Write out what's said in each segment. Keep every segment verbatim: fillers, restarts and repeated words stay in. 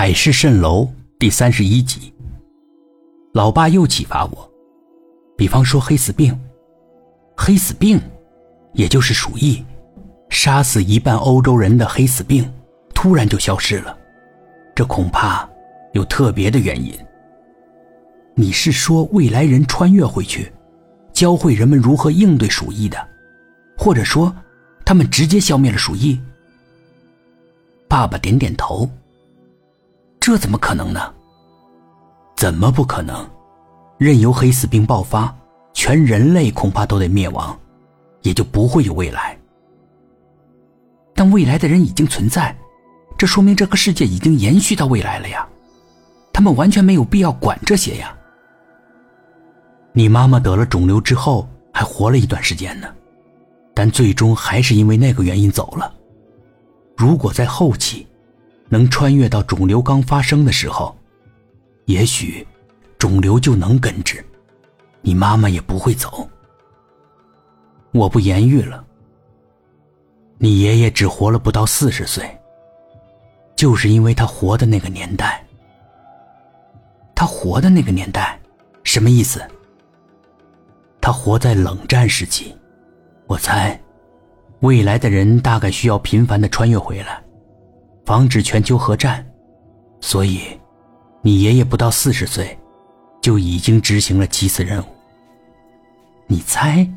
海市蜃楼第三十一集。老爸又启发我，比方说黑死病，黑死病也就是鼠疫，杀死一半欧洲人的黑死病突然就消失了，这恐怕有特别的原因。你是说未来人穿越回去，教会人们如何应对鼠疫的，或者说他们直接消灭了鼠疫？爸爸点点头。这怎么可能呢？怎么不可能？任由黑死病爆发，全人类恐怕都得灭亡，也就不会有未来。但未来的人已经存在，这说明这个世界已经延续到未来了呀，他们完全没有必要管这些呀。你妈妈得了肿瘤之后还活了一段时间呢，但最终还是因为那个原因走了。如果在后期能穿越到肿瘤刚发生的时候，也许肿瘤就能根治，你妈妈也不会走。我不言语了。你爷爷只活了不到四十岁，就是因为他活的那个年代。他活的那个年代，什么意思？他活在冷战时期，我猜未来的人大概需要频繁地穿越回来，防止全球核战，所以你爷爷不到四十岁就已经执行了七次任务。你猜？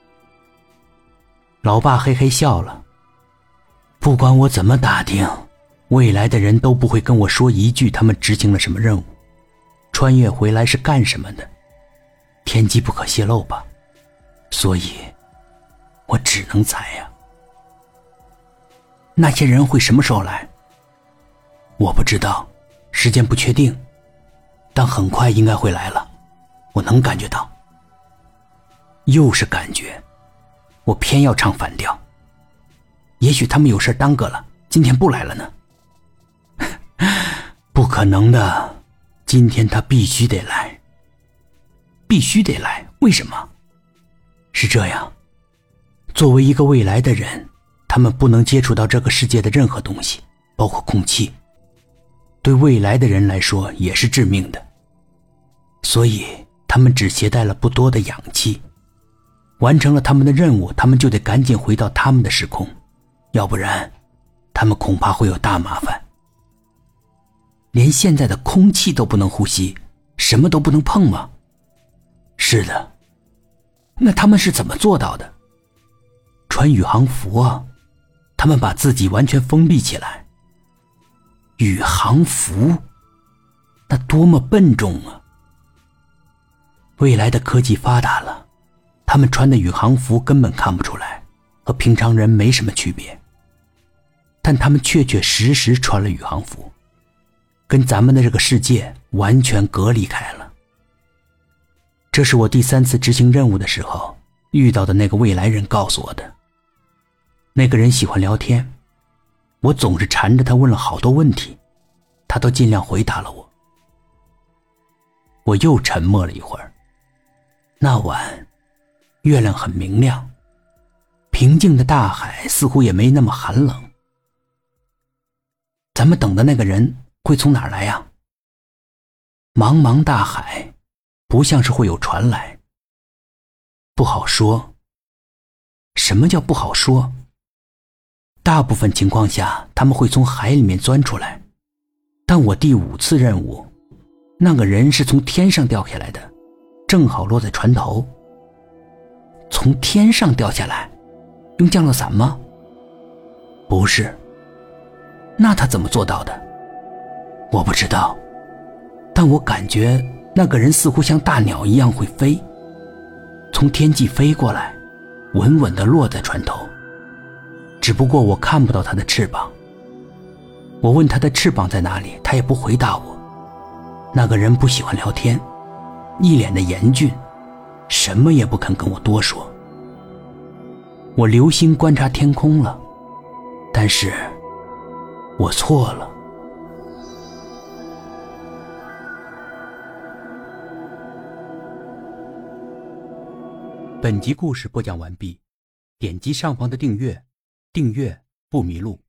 老爸嘿嘿笑了。不管我怎么打听，未来的人都不会跟我说一句他们执行了什么任务，穿越回来是干什么的，天机不可泄露吧，所以我只能猜呀。那些人会什么时候来？我不知道，时间不确定，但很快应该会来了，我能感觉到。又是感觉，我偏要唱反调。也许他们有事耽搁了，今天不来了呢。不可能的，今天他必须得来。必须得来，为什么？是这样，作为一个未来的人，他们不能接触到这个世界的任何东西，包括空气。对未来的人来说也是致命的，所以他们只携带了不多的氧气。完成了他们的任务，他们就得赶紧回到他们的时空，要不然他们恐怕会有大麻烦。连现在的空气都不能呼吸，什么都不能碰吗？是的。那他们是怎么做到的？穿宇航服啊，他们把自己完全封闭起来。宇航服，那多么笨重啊！未来的科技发达了，他们穿的宇航服根本看不出来，和平常人没什么区别。但他们确确实实穿了宇航服，跟咱们的这个世界完全隔离开了。这是我第三次执行任务的时候遇到的那个未来人告诉我的。那个人喜欢聊天，我总是缠着他问了好多问题，他都尽量回答了我。我又沉默了一会儿。那晚月亮很明亮，平静的大海似乎也没那么寒冷。咱们等的那个人会从哪儿来呀？茫茫大海，不像是会有船来。不好说。什么叫不好说？大部分情况下他们会从海里面钻出来，但我第五次任务，那个人是从天上掉下来的，正好落在船头。从天上掉下来？用降落伞吗？不是。那他怎么做到的？我不知道，但我感觉那个人似乎像大鸟一样会飞，从天际飞过来，稳稳地落在船头。只不过我看不到他的翅膀。我问他的翅膀在哪里，他也不回答我。那个人不喜欢聊天，一脸的严峻，什么也不肯跟我多说。我留心观察天空了，但是我错了。本集故事播讲完毕，点击上方的订阅，订阅不迷路。